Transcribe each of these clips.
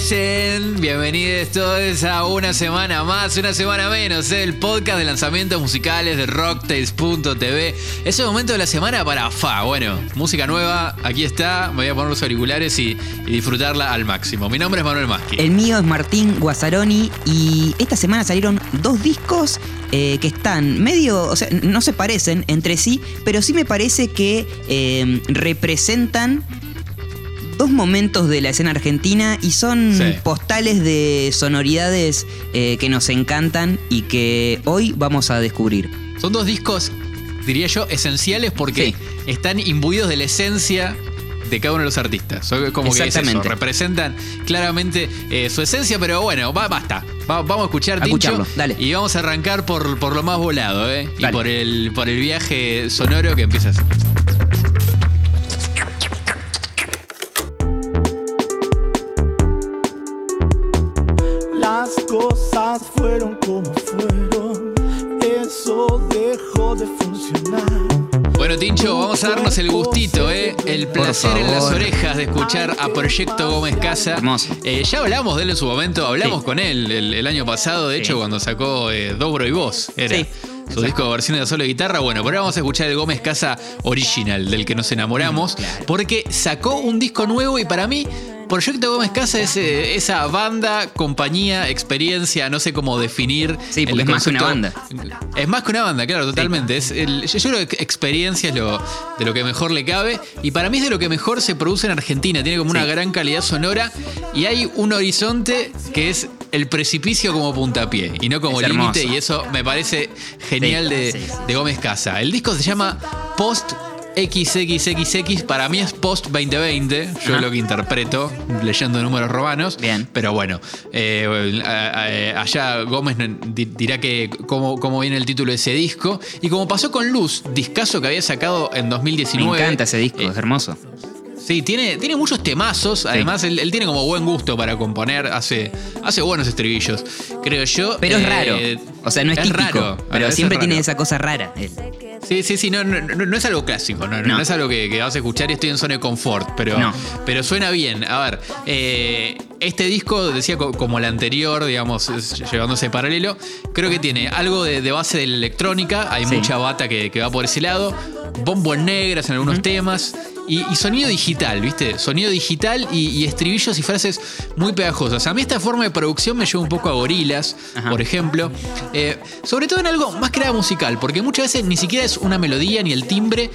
Oyen, bienvenidos todos a una semana más, una semana menos, el podcast de lanzamientos musicales de Rocktails.tv. Es el momento de la semana para bueno, música nueva, aquí está, me voy a poner los auriculares y disfrutarla al máximo. Mi nombre es Manuel Maschi. El mío es Martín Guazzaroni y esta semana salieron dos discos que están medio, o sea, no se parecen entre sí, pero sí me parece que representan dos momentos de la escena argentina y son postales de sonoridades que nos encantan y que hoy vamos a descubrir. Son dos discos, diría yo, esenciales porque están imbuidos de la esencia de cada uno de los artistas. Como que es eso, representan claramente su esencia, pero bueno, basta. Vamos a escuchar, Tincho, dale. Y vamos a arrancar por lo más volado, y por el viaje sonoro que empieza así. Las cosas fueron como fueron, eso dejó de funcionar. Bueno, Tincho, vamos a darnos el gustito, el placer en las orejas de escuchar a Proyecto Gómez Casa. Hermoso. Ya hablamos de él en su momento, hablamos con él el año pasado, de hecho, cuando sacó Dobro y Voz, era su disco de versión de solo guitarra. Bueno, pero ahora vamos a escuchar el Gómez Casa original, del que nos enamoramos, porque sacó un disco nuevo y para mí Proyecto Gómez Casa es esa banda, compañía, experiencia, no sé cómo definir. Sí, porque es más que una banda. Es más que una banda, claro, totalmente. Yo creo que experiencia es de lo que mejor le cabe. Y para mí es de lo que mejor se produce en Argentina. Tiene como una gran calidad sonora. Y hay un horizonte que es el precipicio como puntapié y no como límite. Y eso me parece genial de Gómez Casa. El disco se llama Post XXXX, para mí es post 2020, yo lo que interpreto leyendo números romanos. Bien. Pero bueno, allá Gómez dirá que cómo viene el título de ese disco. Y como pasó con Luz, discazo que había sacado en 2019. Me encanta ese disco, es hermoso. Sí, tiene muchos temazos. Además, él tiene como buen gusto para componer. Hace buenos estribillos, creo yo. Pero es raro. O sea, no es típico. Raro, pero siempre tiene esa cosa rara. Sí, no es algo clásico, no es algo que vas a escuchar y estoy en zona de confort, pero suena bien. A ver, este disco, decía como el anterior, digamos, llevándose paralelo, creo que tiene algo de base de la electrónica, hay mucha bata que va por ese lado, bombos negras en algunos temas. Y sonido digital, ¿viste? Sonido digital y estribillos y frases muy pegajosas. A mí esta forma de producción me lleva un poco a Gorillaz, por ejemplo. Sobre todo en algo más que nada musical, porque muchas veces ni siquiera es una melodía ni el timbre,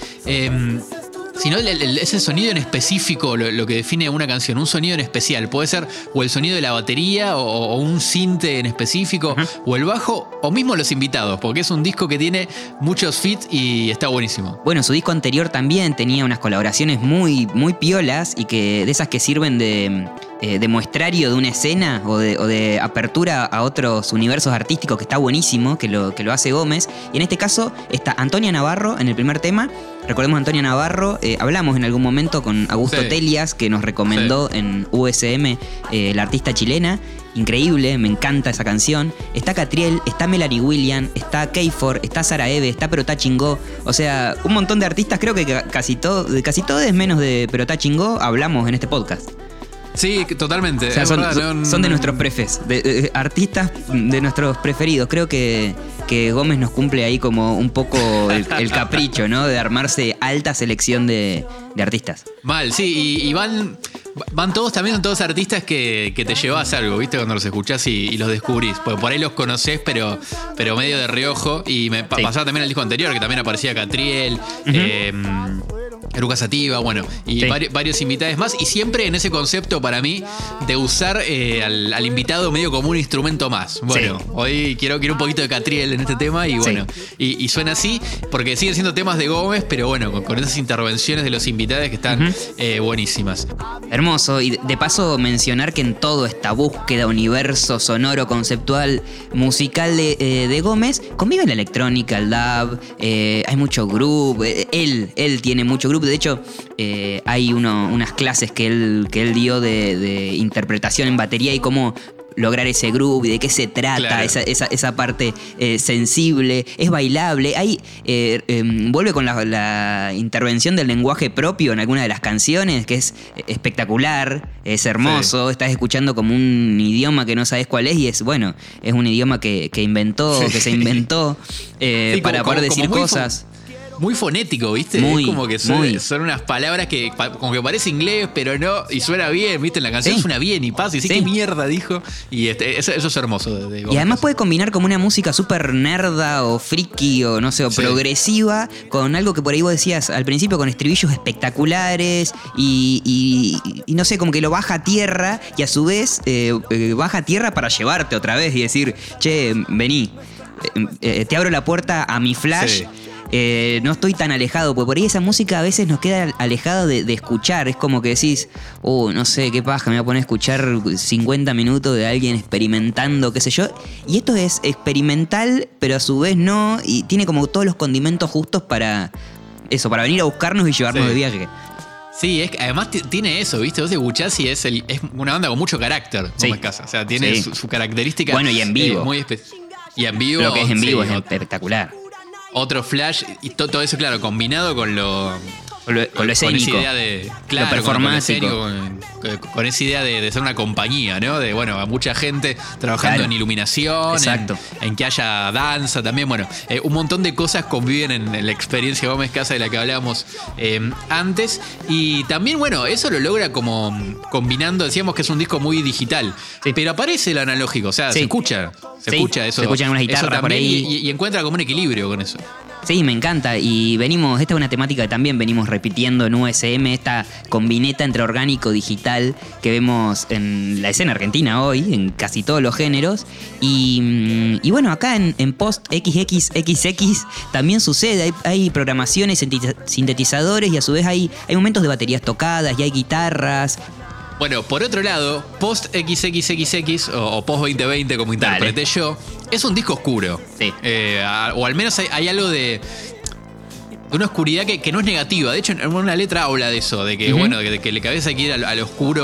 sino ese sonido en específico lo que define una canción, un sonido en especial. Puede ser o el sonido de la batería o un sinte en específico, o el bajo, o mismo los invitados, porque es un disco que tiene muchos feats y está buenísimo. Bueno, su disco anterior también tenía unas colaboraciones muy, muy piolas y que de esas que sirven de muestrario de una escena o de apertura a otros universos artísticos, que está buenísimo, que lo hace Gómez. Y en este caso está Antonia Navarro en el primer tema. Recordemos a Antonia Navarro, hablamos en algún momento con Augusto Telias, que nos recomendó en USM la artista chilena. Increíble, me encanta esa canción. Está Catriel, está Melanie Williams, está Keifor, está Sara Eve, está Perotá Chingó. O sea, un montón de artistas, creo que casi todos menos de Perotá Chingó hablamos en este podcast. Sí, totalmente. O sea, son de nuestros prefes, de artistas de nuestros preferidos. Creo que Gómez nos cumple ahí como un poco el capricho, ¿no? De armarse alta selección de artistas. Mal, sí, y van todos, también son todos artistas que te llevas algo, ¿viste? Cuando los escuchás y los descubrís. Porque por ahí los conocés, pero medio de reojo. Y me pasaba también el disco anterior, que también aparecía Catriel, Eruca Sativa, bueno, y varios invitados más. Y siempre en ese concepto, para mí, de usar al invitado medio como un instrumento más. Bueno, hoy quiero un poquito de Catriel en este tema y bueno, y suena así, porque siguen siendo temas de Gómez, pero bueno, con esas intervenciones de los invitados que están buenísimas. Hermoso, y de paso mencionar que en toda esta búsqueda, universo sonoro, conceptual, musical de Gómez, convive la electrónica, el dub, hay mucho groove, él tiene mucho groove. De hecho, hay unas clases que él dio de interpretación en batería y cómo lograr ese groove y de qué se trata, claro. esa parte sensible, es bailable. Ahí vuelve con la intervención del lenguaje propio en alguna de las canciones, que es espectacular. es hermoso, estás escuchando como un idioma que no sabes cuál es y es un idioma que se inventó para poder decir cosas. Muy fonético, ¿viste? Es como que son unas palabras que como que parece inglés, pero no, y suena bien, ¿viste? En la canción suena bien y pasa, y qué mierda dijo. Y eso es hermoso. Y además puede combinar como una música súper nerda o friki o no sé, o progresiva, con algo que por ahí vos decías al principio, con estribillos espectaculares y no sé, como que lo baja a tierra y a su vez baja a tierra para llevarte otra vez y decir, che, vení, te abro la puerta a mi Flash. Sí. No estoy tan alejado, porque por ahí esa música a veces nos queda alejada de escuchar. Es como que decís, no sé, qué paja, me voy a poner a escuchar 50 minutos de alguien experimentando, qué sé yo. Y esto es experimental, pero a su vez no, y tiene como todos los condimentos justos para venir a buscarnos y llevarnos de viaje. Sí, además tiene eso, ¿viste? Vos escuchás y es una banda con mucho carácter, como es casa. O sea, tiene su característica. Bueno, y en vivo. Muy y en vivo. Lo que es en vivo es espectacular. Otro Flash, y todo eso, claro, combinado con lo escénico. Con esa idea de. Claro, lo performático. Con esa idea de ser una compañía, ¿no? De, a mucha gente trabajando en iluminación. Exacto. En que haya danza también. Un montón de cosas conviven en la experiencia Gómez Casa de la que hablábamos antes. Y también, eso lo logra como combinando. Decíamos que es un disco muy digital. Sí. Pero aparece el analógico, o sea, se escucha. Se escucha eso. Se escuchan unas guitarras por ahí. Y encuentra como un equilibrio con eso. Sí, me encanta. Y esta es una temática que también venimos repitiendo en USM, esta combineta entre orgánico y digital que vemos en la escena argentina hoy, en casi todos los géneros. Y acá en Post XXXX también sucede. Hay programaciones, sintetizadores y a su vez hay momentos de baterías tocadas y hay guitarras. Bueno, por otro lado, Post XXXX o Post 2020, como interpreté yo, es un disco oscuro. Sí. O al menos hay algo de una oscuridad que no es negativa. De hecho, en una letra habla de eso, de que, de que la cabeza hay que ir al oscuro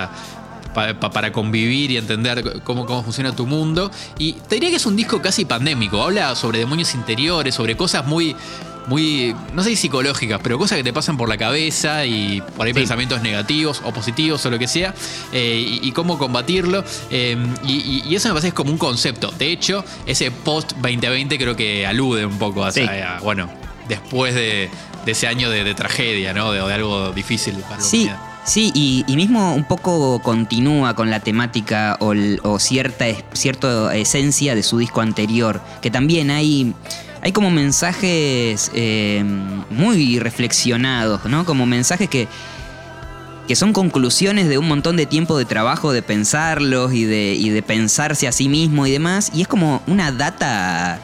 para convivir y entender cómo funciona tu mundo. Y te diría que es un disco casi pandémico. Habla sobre demonios interiores, sobre cosas muy, no sé si psicológicas, pero cosas que te pasan por la cabeza y por ahí pensamientos negativos o positivos o lo que sea, y cómo combatirlo. Y eso me parece es como un concepto. De hecho, ese post 2020 creo que alude un poco a después de ese año de tragedia, ¿no? De algo difícil para la humanidad. Sí, y mismo un poco continúa con la temática o cierta esencia de su disco anterior, que también hay como mensajes muy reflexionados, ¿no? Como mensajes que son conclusiones de un montón de tiempo de trabajo, de pensarlos y de pensarse a sí mismo y demás. Y es como una data,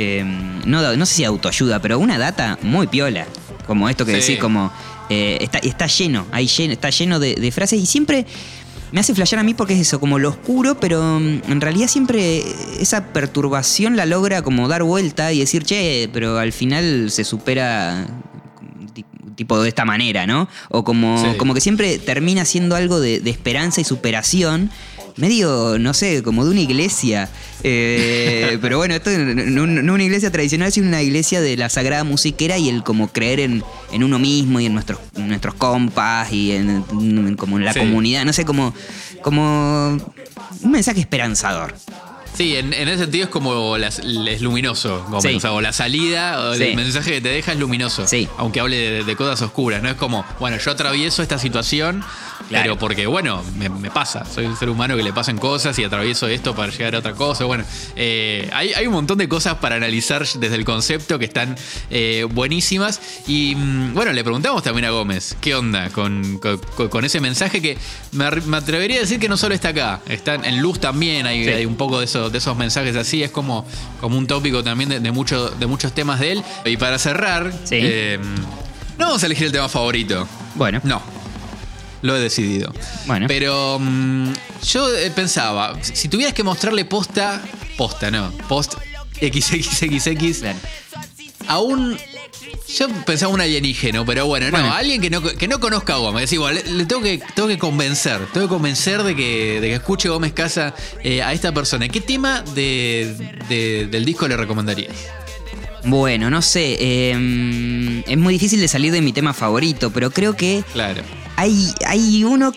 no sé si autoayuda, pero una data muy piola. Como esto que decís, como está lleno de frases y siempre me hace flashear a mí porque es eso, como lo oscuro, pero en realidad siempre esa perturbación la logra como dar vuelta y decir, che, pero al final se supera tipo de esta manera, ¿no? O como que siempre termina siendo algo de esperanza y superación, medio, no sé, como de una iglesia. Pero bueno, esto no una iglesia tradicional, sino una iglesia de la sagrada musiquera y el como creer en uno mismo y en nuestros compas y como en la comunidad. No sé, como un mensaje esperanzador. Sí, en ese sentido es como es luminoso, o la salida, o el mensaje que te deja es luminoso, aunque hable de cosas oscuras, ¿no? Es como, yo atravieso esta situación, pero porque, me pasa, soy un ser humano que le pasan cosas y atravieso esto para llegar a otra cosa. Hay un montón de cosas para analizar desde el concepto que están buenísimas. Y le preguntamos también a Gómez, ¿qué onda con ese mensaje que me atrevería a decir que no solo está acá, está en Luz también, hay un poco de esos mensajes así, es como un tópico también de muchos temas de él. Y para cerrar, no vamos a elegir el tema favorito. No, lo he decidido. Pero yo pensaba, si tuvieras que mostrarle post XXXX a un... Yo pensaba un alienígeno, pero a alguien que no conozca a Gómez. Decís, le tengo que convencer. Tengo que convencer de que escuche Gómez Casa a esta persona. ¿Qué tema del disco le recomendarías? Bueno, no sé. Es muy difícil de salir de mi tema favorito, pero creo que hay uno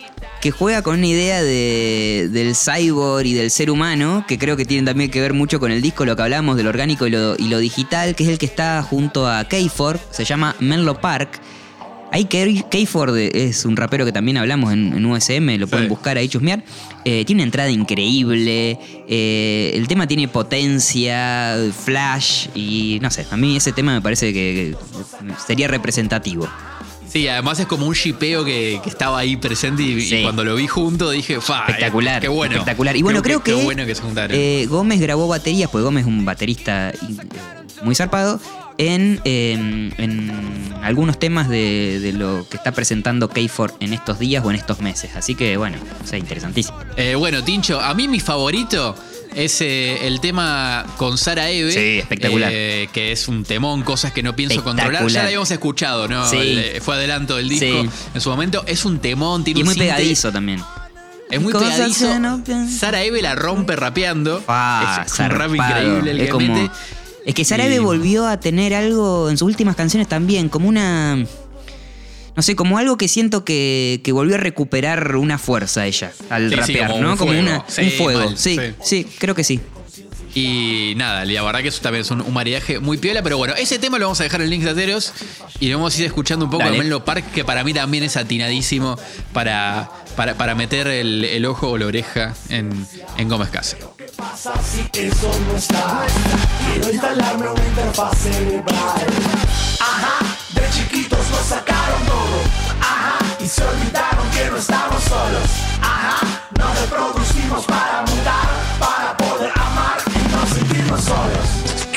que juega con una idea del cyborg y del ser humano, que creo que tienen también que ver mucho con el disco, lo que hablamos del orgánico y lo digital, que es el que está junto a K-Ford, se llama Menlo Park. Ahí K-Ford es un rapero que también hablamos en USM, lo pueden buscar ahí, chusmear. Tiene una entrada increíble, el tema tiene potencia, flash, y no sé, a mí ese tema me parece que sería representativo. Sí, además es como un shipeo que estaba ahí presente y cuando lo vi junto dije, espectacular, qué bueno. Espectacular. Y bueno, creo que bueno que se juntaron. Gómez grabó baterías, porque Gómez es un baterista muy zarpado, en algunos temas de lo que está presentando K-Ford en estos días o en estos meses. Así que bueno, o sea, interesantísimo. Bueno, Tincho, a mí mi favorito es el tema con Sara Eve. Sí, espectacular. Que es un temón, cosas que no pienso controlar. Ya la habíamos escuchado, ¿no? Sí. Fue adelanto del disco en su momento. Es un temón, tiene y un muy pegadizo también. Es muy pegadizo. Sara Eve la rompe rapeando. Es un rap increíble el que mete. Es que Sara Eve volvió a tener algo en sus últimas canciones también, como una... No sé, como algo que siento que volvió a recuperar una fuerza ella al rapear, como ¿no? Un como fuego. un fuego. Sí, creo que sí. Y nada, la verdad que eso también es un maridaje muy piola, pero bueno, ese tema lo vamos a dejar en Links Lateros y lo vamos a ir escuchando un poco de Menlo Park, que para mí también es atinadísimo para meter el ojo o la oreja en Gómez Casa. ¿Qué pasa si eso no está? Quiero instalarme una interfaz cerebral. Ajá, de chiquitos nos sacaron todo. Ajá, y se olvidaron que no estamos solos. Ajá, nos reproducimos para mutar, para poder amar y no sentirnos solos.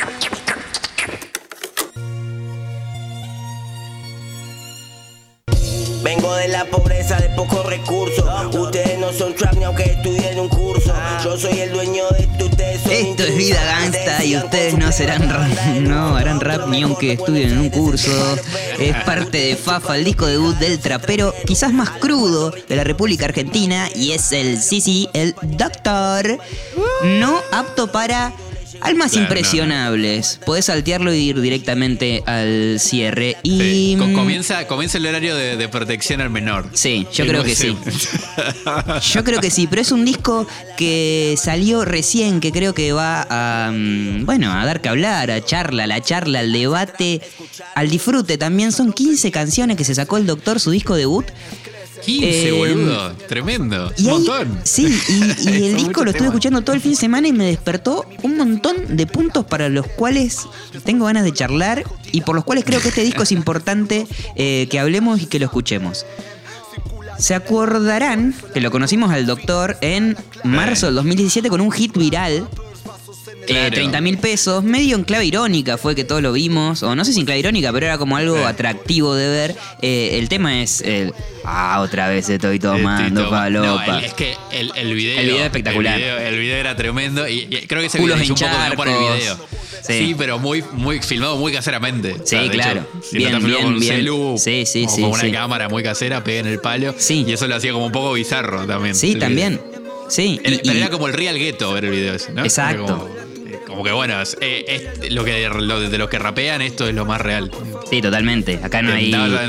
Vengo de la pobreza, de pocos recursos. Ustedes no son trap ni aunque estudien un curso. Yo soy el dueño de esto, ustedes son Esto es vida gangsta y ustedes no harán rap ni aunque estudien en un curso. Es parte de Fafa, el disco debut del trapero quizás más crudo de la República Argentina, y es el Doctor. No apto para almas impresionables. Podés saltearlo y ir directamente al cierre. Y comienza el horario de protección al menor. Sí, yo creo que sí. Yo creo que sí, pero es un disco que salió recién, que creo que va a dar que hablar, a la charla, al debate, al disfrute también. Son 15 canciones que se sacó el Doctor, su disco debut. 15, boludo. Tremendo. Y un montón. Sí, y el disco lo estuve escuchando todo el fin de semana y me despertó un montón de puntos para los cuales tengo ganas de charlar y por los cuales creo que este disco es importante que hablemos y que lo escuchemos. Se acordarán que lo conocimos al Doctor en marzo del 2017 con un hit viral. Claro. 30.000 pesos, medio en clave irónica fue que todos lo vimos, o no sé si en clave irónica, pero era como algo atractivo de ver. El tema es otra vez estoy tomando falopa. No, es que el video... El video espectacular. El video era tremendo y creo que ese Culos video hizo un poco en por el video. Sí, pero muy filmado muy caseramente. Sí, o sea, claro. Hecho, si bien, con un celu, sí, con una cámara muy casera, pega en el palo. Sí. Y eso lo hacía como un poco bizarro también. Sí, también. Sí. Pero era como el Real Ghetto ver el video ese, ¿no? Exacto. Como que bueno, de los que rapean, esto es lo más real. Sí, totalmente. Acá no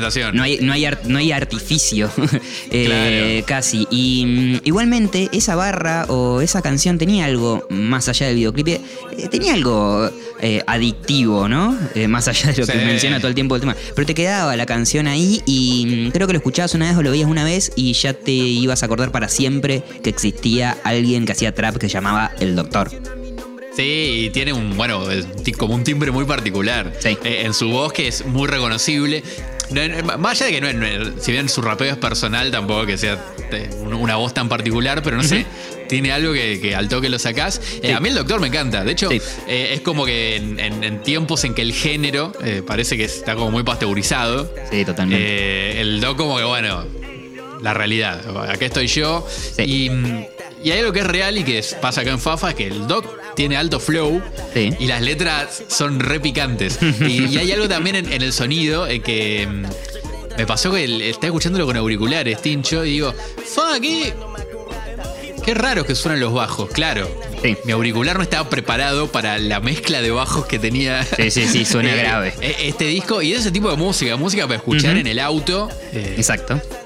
hay artificio. Claro. Casi. Y igualmente, esa barra o esa canción tenía algo más allá del videoclip. Tenía algo adictivo, ¿no? Más allá de lo que menciona todo el tiempo el tema. Pero te quedaba la canción ahí y creo que lo escuchabas una vez o lo veías una vez y ya te ibas a acordar para siempre que existía alguien que hacía trap que se llamaba El Doctor. Sí, y tiene como un timbre muy particular. Sí. En su voz, que es muy reconocible. Más allá de que si bien su rapeo es personal, tampoco que sea una voz tan particular, pero no sé, tiene algo que al toque lo sacás. Sí. A mí el Doctor me encanta. De hecho, es como que en tiempos en que el género parece que está como muy pasteurizado. Sí, totalmente. El Doc como que, la realidad. Acá estoy yo. Sí. Y hay algo que es real y que pasa acá en Fafa, es que el Doc tiene alto flow y las letras son re picantes. y hay algo también en el sonido que me pasó que estaba escuchándolo con auriculares, Tincho, y digo, qué raro que suenan los bajos. Claro, mi auricular no estaba preparado para la mezcla de bajos que tenía. Sí, suena grave. Este disco, y de ese tipo de música para escuchar en el auto. Exacto.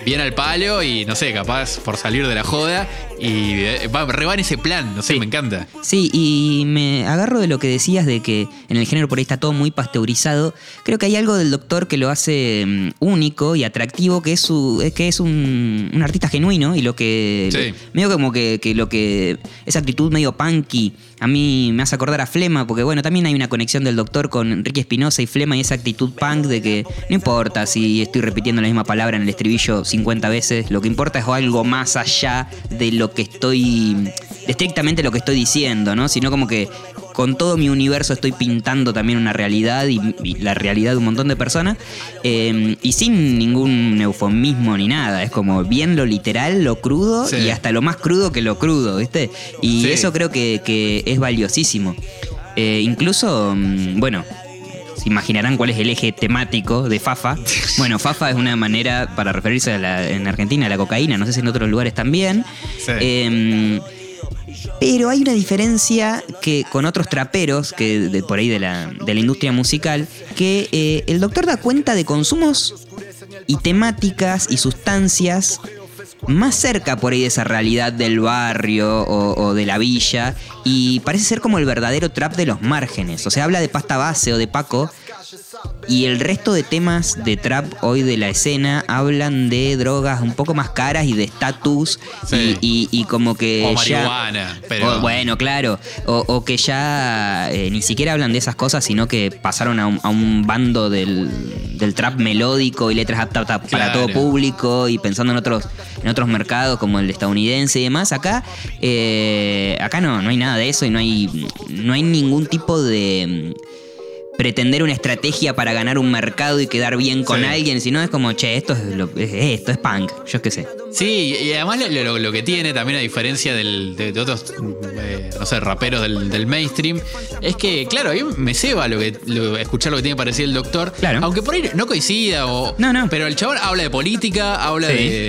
bien al palo y, no sé, capaz por salir de la joda y re en ese plan, no sé, me encanta. Sí, y me agarro de lo que decías de que en el género por ahí está todo muy pasteurizado. Creo que hay algo del Doctor que lo hace único y atractivo, que es un artista genuino y lo que... Sí. Medio como que lo que... Esa actitud medio punky a mí me hace acordar a Flema, porque bueno, también hay una conexión del Doctor con Enrique Espinosa y Flema y esa actitud punk de que no importa si estoy repitiendo la misma palabra en el estribillo 50 veces, lo que importa es algo más allá de lo que estoy... estrictamente lo que estoy diciendo, ¿no? Sino como que con todo mi universo estoy pintando también una realidad y la realidad de un montón de personas y sin ningún eufemismo ni nada. Es como bien lo literal, lo crudo y hasta lo más crudo que lo crudo, ¿viste? Y eso creo que es valiosísimo. Incluso, bueno... Se imaginarán cuál es el eje temático de Fafa. Bueno, Fafa es una manera para referirse en Argentina a la cocaína, no sé si en otros lugares también. Sí. Pero hay una diferencia que con otros traperos que por ahí de la industria musical, que el Doctor da cuenta de consumos y temáticas y sustancias más cerca por ahí de esa realidad del barrio o de la villa, y parece ser como el verdadero trap de los márgenes. O sea, habla de Pasta Base o de Paco, y el resto de temas de trap hoy de la escena hablan de drogas un poco más caras y de estatus, y como que o marihuana, pero... bueno, claro, o que ya ni siquiera hablan de esas cosas, sino que pasaron a un bando del trap melódico y letras aptas para todo público, y pensando en otros mercados como el estadounidense y demás. Acá no hay nada de eso, y no hay ningún tipo de pretender una estrategia para ganar un mercado y quedar bien con alguien, sino es como, che, esto es punk, yo qué sé. Sí, y además lo que tiene también, a diferencia de otros, no sé, raperos del mainstream, es que, claro, a mí me ceba escuchar lo que tiene parecido el Doctor, claro. Aunque por ahí no coincida, no. Pero el chabón habla de política, habla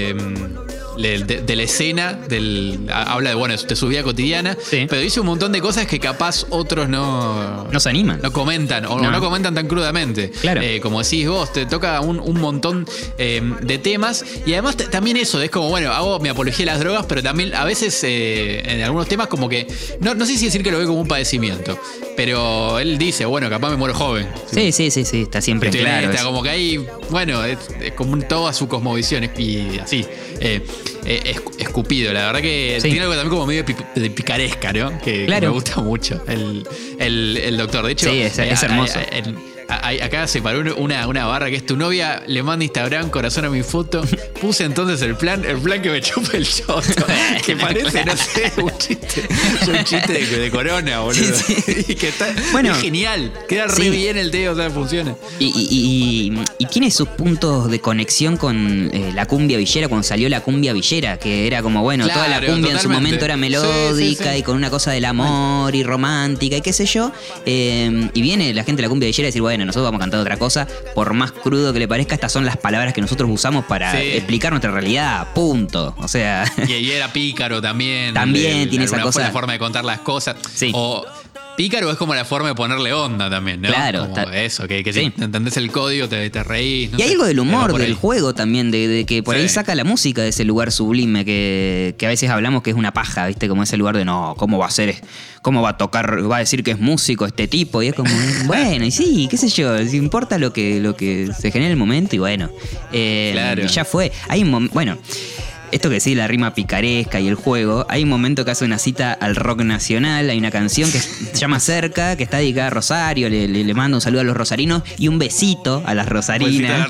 de la escena, habla de su vida cotidiana, pero dice un montón de cosas que capaz otros no se animan, no comentan o no comentan tan crudamente. Claro. Como decís vos, te toca un montón de temas, y además también eso, es como, bueno, hago mi apología a las drogas, pero también a veces en algunos temas como que, no sé si decir que lo ve como un padecimiento, pero él dice, bueno, capaz me muero joven. Sí, está siempre claro. Como que hay, bueno, es como toda su cosmovisión y así. Escupido, la verdad que tiene algo también como medio de picaresca, ¿no? Que me gusta mucho el Doctor. De hecho, es hermoso. Acá se paró una barra que es: tu novia le manda Instagram corazón a mi foto. Puse entonces el plan que me chupa el choto. Que parece, no sé, un chiste de Corona, boludo. Sí. Y que es genial. Queda re bien el tema, o sea, funciona. Y tiene sus puntos de conexión con la cumbia villera, cuando salió la cumbia villera, que era como, bueno, toda la cumbia en su momento era melódica y con una cosa del amor y romántica y qué sé yo. Y viene la gente de la cumbia villera a decir, bueno, nosotros vamos a cantar otra cosa, por más crudo que le parezca, estas son las palabras que nosotros usamos para explicar nuestra realidad, punto. O sea... Y era pícaro también. También tiene esa cosa. La forma de contar las cosas. Sí. O pícaro es como la forma de ponerle onda también, ¿no? Claro. Como eso, que si entendés el código te reís. Y hay algo del humor del juego también, de que por ahí saca la música de ese lugar sublime que a veces hablamos que es una paja, ¿viste? Como ese lugar de, no, ¿cómo va a ser? ¿Cómo va a tocar? ¿Va a decir que es músico este tipo? Y es como, bueno, y sí, qué sé yo, si importa lo que se genera en el momento, y bueno. Claro. Ya fue. Hay un bueno... Esto que sí, la rima picaresca y el juego, hay un momento que hace una cita al rock nacional, hay una canción que se llama Cerca, que está dedicada a Rosario, le mando un saludo a los rosarinos y un besito a las rosarinas.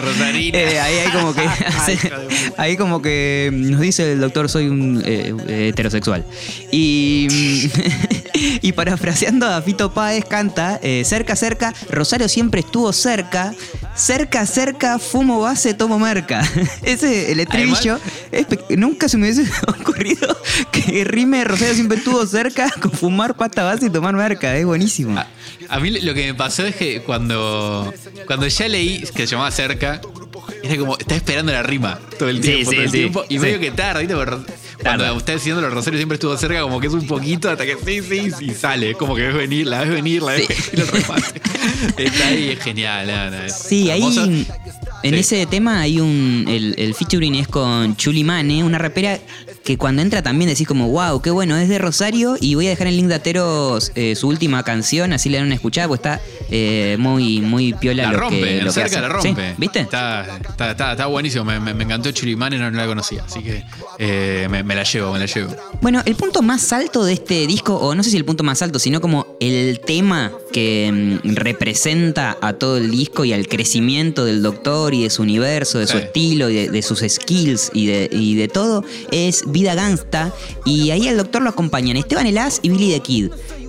Ahí como que nos dice el Doctor, soy un heterosexual. Y parafraseando a Fito Páez, canta, cerca, cerca, Rosario siempre estuvo cerca, cerca, cerca, fumo base, tomo merca. Ese, el estribillo, nunca se me hubiese ocurrido que rime Rosario siempre estuvo cerca con fumar pasta base y tomar merca. Es buenísimo. A mí lo que me pasó es que cuando ya leí que se llamaba Cerca, era como, estaba esperando la rima todo el tiempo. Y medio que tarde, ¿viste? Cuando está diciendo los Rosario siempre estuvo cerca, como que es un poquito hasta que sí sale. Es como que la ves venir el remate. Está ahí, es genial. Sí, ahí... En ese tema hay el featuring es con Chuli Mane, una rapera que cuando entra también decís como, wow, qué bueno, es de Rosario, y voy a dejar en link de Ateros su última canción, así le dan una escuchada, pues está muy piola la lo rompe, que cerca hace. la rompe. ¿Sí? ¿Viste? Está buenísimo, me encantó Chuli Mane, no la conocía, así que me la llevo. Bueno, el punto más alto de este disco, o no sé si el punto más alto, sino como el tema que representa a todo el disco y al crecimiento del Doctor y de su universo, de su estilo y de sus skills y de todo, es Vida Gangsta. Y ahí al Doctor lo acompañan Esteban Elás y Billy the Kid.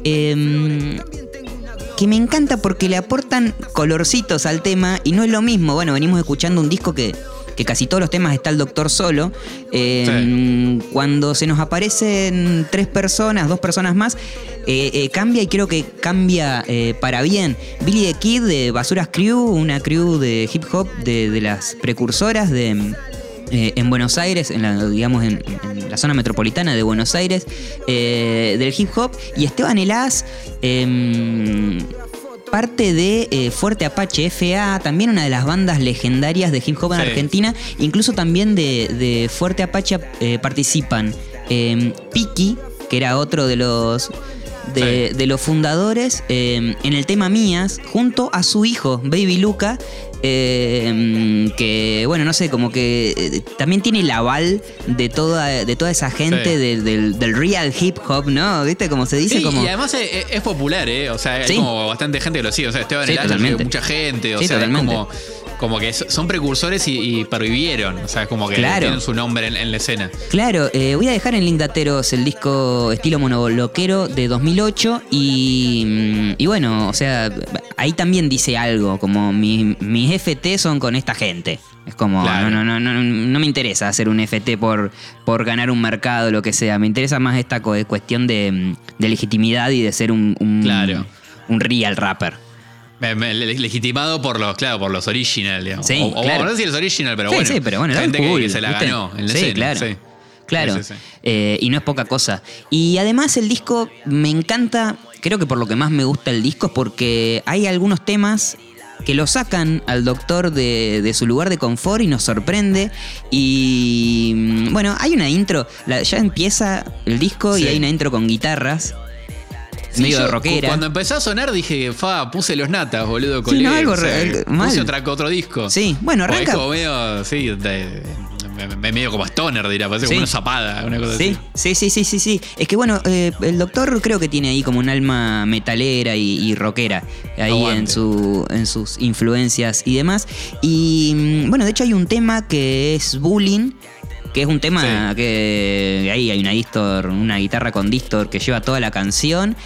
Que me encanta porque le aportan colorcitos al tema y no es lo mismo. Bueno, venimos escuchando un disco que casi todos los temas está el Doctor solo. Cuando se nos aparecen 3 personas, 2 personas más, cambia, y creo que cambia para bien. Billy the Kid de Basuras Crew, una crew de hip hop de las precursoras en Buenos Aires, en la zona metropolitana de Buenos Aires, del hip hop. Y Esteban Elás, parte de Fuerte Apache FA, también una de las bandas legendarias de hip hop en Argentina. Incluso también de Fuerte Apache participan Piki, que era otro de los fundadores, en el tema Mías, junto a su hijo Baby Luca, que bueno, no sé, como que también tiene el aval de toda esa gente del real hip hop, ¿no? ¿Viste? Como se dice, como... Y además es popular, o sea, hay como bastante gente que lo sigue, o sea, Esteban Elás lo sigue mucha gente, o sea, totalmente. Es como que son precursores y pervivieron, o sea, es como que tienen su nombre en la escena. Claro, voy a dejar en link de Ateros el disco Estilo Monobloquero de 2008 y bueno, o sea, ahí también dice algo, como mis FT son con esta gente. Es como, no me interesa hacer un FT por ganar un mercado o lo que sea, me interesa más esta cuestión de legitimidad y de ser un real rapper. Legitimado por los original, digamos. Sí, o no sé si es original, pero bueno. Sí, pero bueno, gente cool, que se la ¿viste? ganó en la escena. Claro. Sí. Y no es poca cosa. Y además el disco me encanta, creo que por lo que más me gusta el disco es porque hay algunos temas que lo sacan al Doctor de su lugar de confort y nos sorprende. Y bueno, hay una intro, ya empieza el disco y hay una intro con guitarras. Medio de rockera. Cuando empezó a sonar dije, puse los natas, boludo, sí, no, algo puse otro disco. Sí, bueno, arranca. Es como medio como stoner, dirá, parece como una zapada, una cosa así. Sí. Es que bueno, el Doctor creo que tiene ahí como un alma metalera y rockera ahí en sus influencias y demás. Y bueno, de hecho hay un tema que es Bullying, que es un tema que ahí hay una guitarra con distor que lleva toda la canción,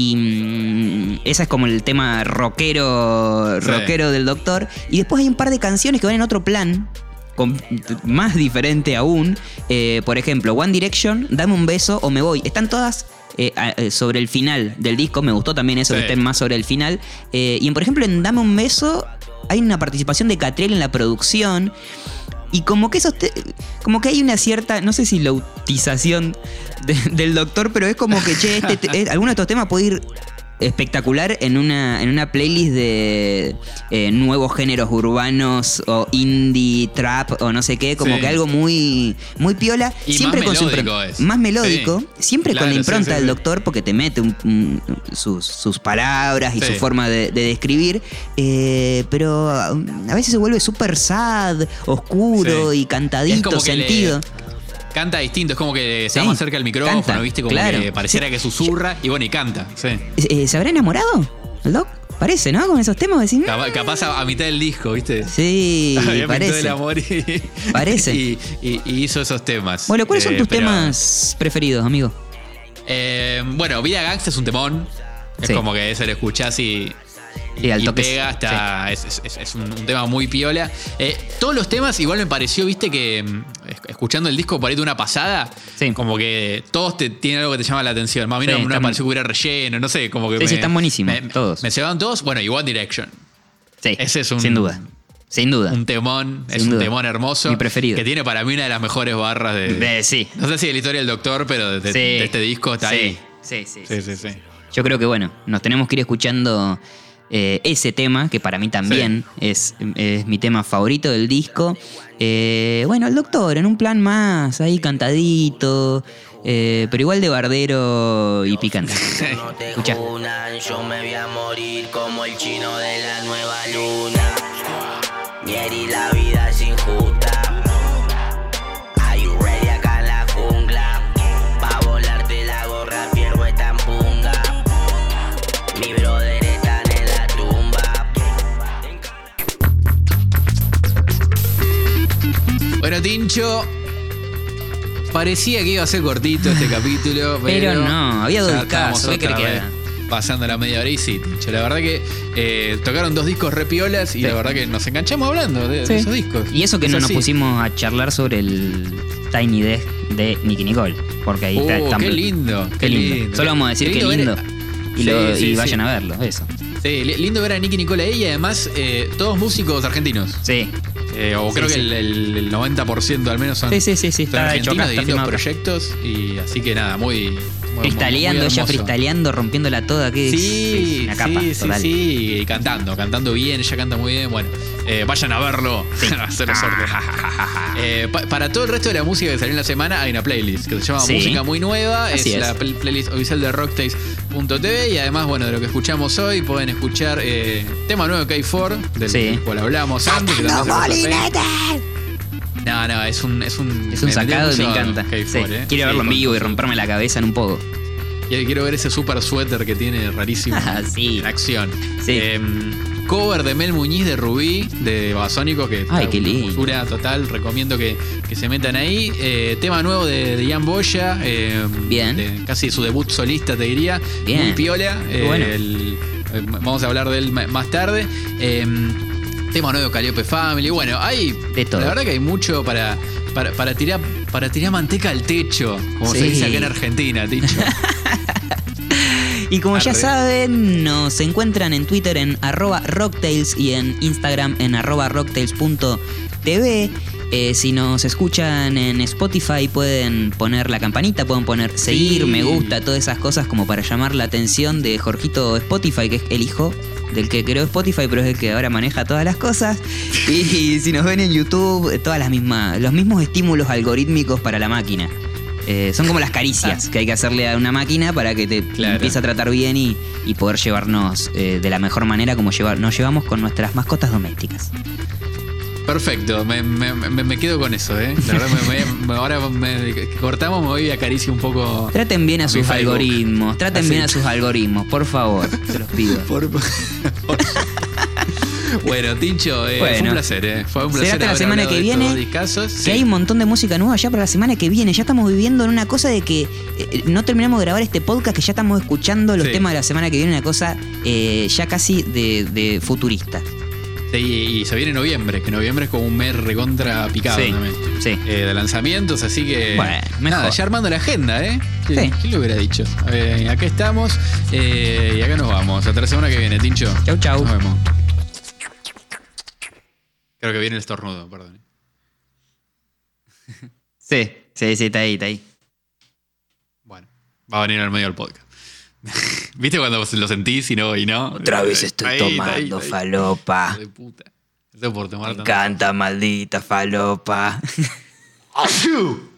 y esa es como el tema rockero del Doctor. Y después hay un par de canciones que van en otro plan, más diferente aún. Por ejemplo, One Direction, Dame un beso o Me voy. Están todas sobre el final del disco. Me gustó también eso, que estén más sobre el final. Y por ejemplo en Dame un beso hay una participación de Catriel en la producción. Y como que como que hay una cierta, no sé si lautización del Doctor, pero es como que, alguno de estos temas puede ir espectacular en una playlist de nuevos géneros urbanos o indie trap o no sé qué, como que algo muy piola, y siempre más con melódico más melódico, siempre claro, con la impronta del Doctor, porque te mete sus palabras y su forma de describir, pero a veces se vuelve súper sad, oscuro y cantadito, sentido. Canta distinto, es como que está más cerca del micrófono, canta, ¿viste? Como que pareciera que susurra y bueno, y canta. ¿Se habrá enamorado el Doc? Parece, ¿no? Con esos temas, decís. Capaz a mitad del disco, ¿viste? Sí, parece. El amor parece. y hizo esos temas. Bueno, ¿cuáles son tus temas preferidos, amigo? Bueno, Vida Gangsta es un temón. Es como que ese lo escuchás y pega, es un tema muy piola. Todos los temas igual me pareció, viste, que escuchando el disco por ahí de una pasada, como que todos tienen algo que te llama la atención. Más o menos no me pareció que hubiera relleno, no sé, como que están buenísimos, todos. Me llevaban todos, bueno, y One Direction. Sí, ese es sin duda. Un temón, un temón hermoso. Mi preferido. Que tiene para mí una de las mejores barras sí. No sé si de la historia del Doctor, pero de este disco está ahí. Sí. Yo creo que bueno, nos tenemos que ir escuchando ese tema, que para mí también es mi tema favorito del disco. Bueno, el Doctor, en un plan más ahí cantadito, pero igual de bardero y picante. No te Escucha. junan, yo me voy a morir como el chino de la nueva luna. Mieri, la vida es injusta. Are you ready acá en la jungla? Pa' volarte la gorra, pierdo esta punga. Mi brother están en la tumba. Bueno, Tincho, parecía que iba a ser cortito este capítulo, Pero no, había dos ya discazos, estábamos ¿qué otra crees que vez haga? pasando la media hora y sí, Tincho. La verdad que tocaron 2 discos re piolas y la verdad que nos enganchamos hablando de esos discos. Y eso que Es no nos así. pusimos a charlar sobre el Tiny Desk de Nicki Nicole, porque ahí está. Qué lindo, qué lindo. Solo vamos a decir Qué que lindo. ver- Y vayan a verlo, eso. Sí, lindo ver a Nicki Nicole ahí y además todos músicos argentinos. Sí. O creo que el 90% al menos son, Sí, son está hecho acá, argentinos de está distintos filmado acá. proyectos y así que nada, muy Freestyleando, muy ella hermoso. freestyleando, rompiéndola toda, que Sí, es una capa, sí, total. sí, y cantando bien, ella canta muy bien. Bueno, vayan a verlo. Sí. Hacer sorte. Para todo el resto de la música que salió en la semana hay una playlist que se llama Sí. Música Muy Nueva. Así es. La playlist oficial de rocktails.tv y además, bueno, de lo que escuchamos hoy pueden escuchar tema nuevo de K4, del cual hablamos antes. que también se lo tapé. No, es un Es un sacado y me encanta. K4, Sí. Quiero verlo en con vivo y su- romperme la cabeza en un poco. Y quiero ver ese super suéter que tiene rarísimo Sí. en acción. Sí. Cover de Mel Muñiz de Rubí, de Babasónico, que Ay, está qué una lindo. hermosura total. Recomiendo que se metan ahí. Tema nuevo de Jan Boya. Bien. Casi su debut solista, te diría. Bien. Muy piola. bueno. Vamos a hablar de él más tarde. Tema nuevo de Calliope Family. Bueno, hay. De todo. La verdad que hay mucho para tirar manteca al techo, como se Sí. dice acá en Argentina, Ticho. Y como ya Arre. saben, nos encuentran en Twitter en @rocktails y en Instagram en @rocktails.tv. Si nos escuchan en Spotify pueden poner la campanita, pueden poner seguir, Sí. me gusta, todas esas cosas como para llamar la atención de Jorgito Spotify, que es el hijo del que creó Spotify, pero es el que ahora maneja todas las cosas. Y si nos ven en YouTube, los mismos estímulos algorítmicos para la máquina. Son como las caricias que hay que hacerle a una máquina para que te empiece a tratar bien y poder llevarnos de la mejor manera como nos llevamos con nuestras mascotas domésticas. Perfecto, me quedo con eso, ¿eh? La verdad, ahora cortamos, me voy y acaricio un poco. Traten bien a mi sus Facebook. algoritmos, Así. bien a sus algoritmos, por favor, se los pido. Bueno, Tincho, fue Bueno. un placer, ¿eh? Fue un placer. Será hasta la haber semana hablado que de estos viene, dos discazos. Que Sí. hay un montón de música nueva ya para la semana que viene. Ya estamos viviendo en una cosa de que no terminamos de grabar este podcast, que ya estamos escuchando los Sí. temas de la semana que viene, una cosa ya casi de futurista. Sí, y se viene noviembre, que noviembre es como un mes recontra picado Sí, también. sí. De lanzamientos, así que. Bueno, nada, mejor. ya armando la agenda, ¿eh? Sí. ¿Quién lo hubiera dicho? Acá estamos y acá nos vamos. Hasta la semana que viene, Tincho. Chau, chau. Nos vemos. Creo que viene el estornudo, perdón. Sí, está ahí. Bueno, va a venir al medio del podcast. ¿Viste cuando lo sentís y no? Otra vez estoy Ahí, tomando ahí. falopa. Hijo de puta. Eso por tomar Me tanto. encanta, maldita falopa. ¡Achú!